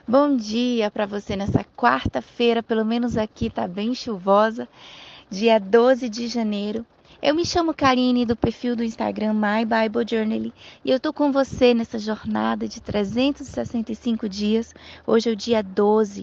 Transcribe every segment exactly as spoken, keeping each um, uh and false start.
Bom dia para você nessa quarta-feira, pelo menos aqui tá bem chuvosa, dia doze de janeiro. Eu me chamo Karine do perfil do Instagram My Bible Journal e eu tô com você nessa jornada de trezentos e sessenta e cinco dias. Hoje é o dia doze.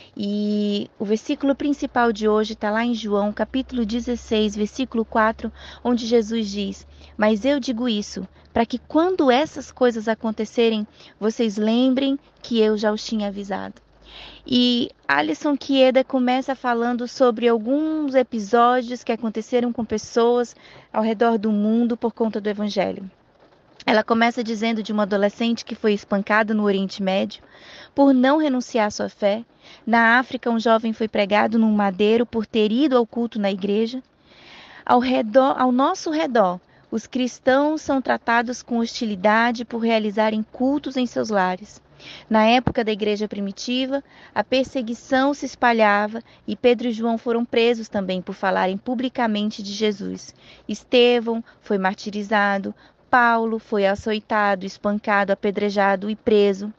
E o versículo principal de hoje está lá em João, capítulo dezesseis, versículo quatro, onde Jesus diz: Mas eu digo isso, para que quando essas coisas acontecerem, vocês lembrem que eu já os tinha avisado. E Alison Chieda começa falando sobre alguns episódios que aconteceram com pessoas ao redor do mundo por conta do Evangelho. Ela começa dizendo de uma adolescente que foi espancada no Oriente Médio por não renunciar à sua fé. Na África, um jovem foi pregado num madeiro por ter ido ao culto na igreja. Ao redor, ao nosso redor, os cristãos são tratados com hostilidade por realizarem cultos em seus lares. Na época da igreja primitiva, a perseguição se espalhava e Pedro e João foram presos também por falarem publicamente de Jesus. Estevão foi martirizado, Paulo foi açoitado, espancado, apedrejado e preso.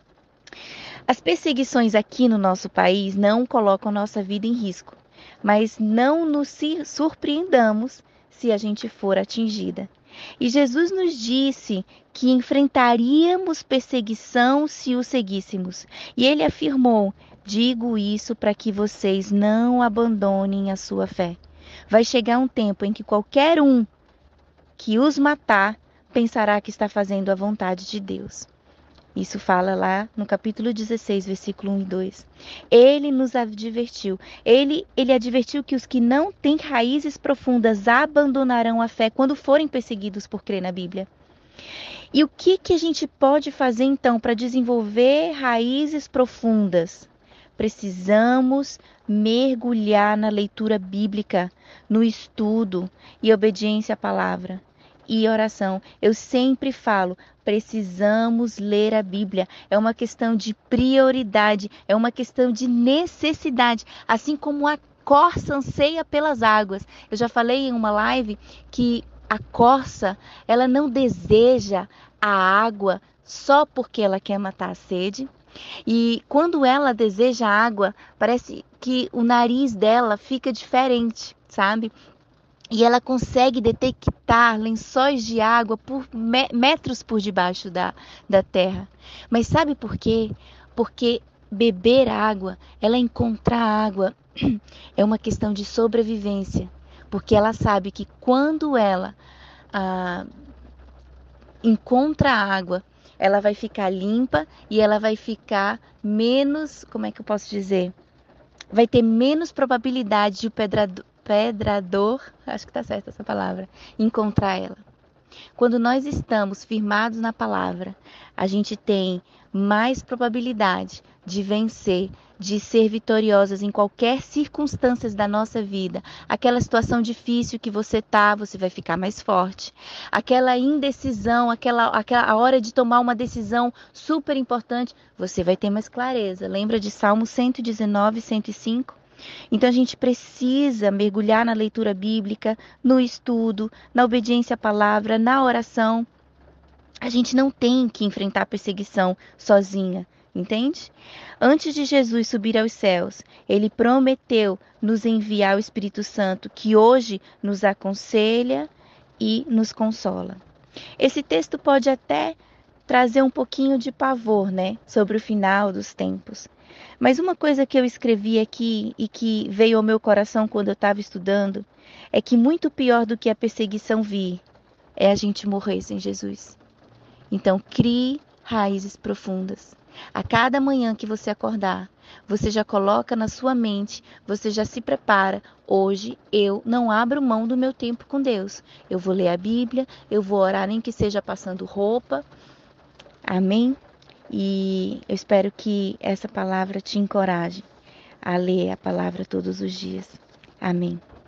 As perseguições aqui no nosso país não colocam nossa vida em risco, mas não nos surpreendamos se a gente for atingida. E Jesus nos disse que enfrentaríamos perseguição se o seguíssemos. E ele afirmou: digo isso para que vocês não abandonem a sua fé. Vai chegar um tempo em que qualquer um que os matar pensará que está fazendo a vontade de Deus. Isso fala lá no capítulo dezesseis, versículo um e dois. Ele nos advertiu. Ele, ele advertiu que os que não têm raízes profundas abandonarão a fé quando forem perseguidos por crer na Bíblia. E o que, que a gente pode fazer então para desenvolver raízes profundas? Precisamos mergulhar na leitura bíblica, no estudo e obediência à palavra. E oração. Eu sempre falo, precisamos ler a Bíblia. É uma questão de prioridade, é uma questão de necessidade, assim como a corça anseia pelas águas. Eu já falei em uma live que a corça, ela não deseja a água só porque ela quer matar a sede. E quando ela deseja água, parece que o nariz dela fica diferente, sabe? E ela consegue detectar lençóis de água por metros por debaixo da, da terra. Mas sabe por quê? Porque beber água, ela encontrar água, é uma questão de sobrevivência. Porque ela sabe que quando ela ah, encontra água, ela vai ficar limpa e ela vai ficar menos, como é que eu posso dizer? Vai ter menos probabilidade de o pedrador, pedrador, acho que tá certa essa palavra, encontrar ela. Quando nós estamos firmados na palavra, a gente tem mais probabilidade de vencer, de ser vitoriosas em qualquer circunstância da nossa vida. Aquela situação difícil que você tá, você vai ficar mais forte. Aquela indecisão, aquela, aquela a hora de tomar uma decisão super importante, você vai ter mais clareza. Lembra de Salmo cento e dezenove, cento e cinco? Então a gente precisa mergulhar na leitura bíblica, no estudo, na obediência à palavra, na oração. A gente não tem que enfrentar a perseguição sozinha, entende? Antes de Jesus subir aos céus, ele prometeu nos enviar o Espírito Santo, que hoje nos aconselha e nos consola. Esse texto pode até trazer um pouquinho de pavor, né, sobre o final dos tempos. Mas uma coisa que eu escrevi aqui e que veio ao meu coração quando eu estava estudando é que muito pior do que a perseguição vir é a gente morrer sem Jesus. Então, crie raízes profundas. A cada manhã que você acordar, você já coloca na sua mente, você já se prepara. Hoje eu não abro mão do meu tempo com Deus. Eu vou ler a Bíblia, eu vou orar, nem que seja passando roupa. Amém? E eu espero que essa palavra te encoraje a ler a palavra todos os dias. Amém.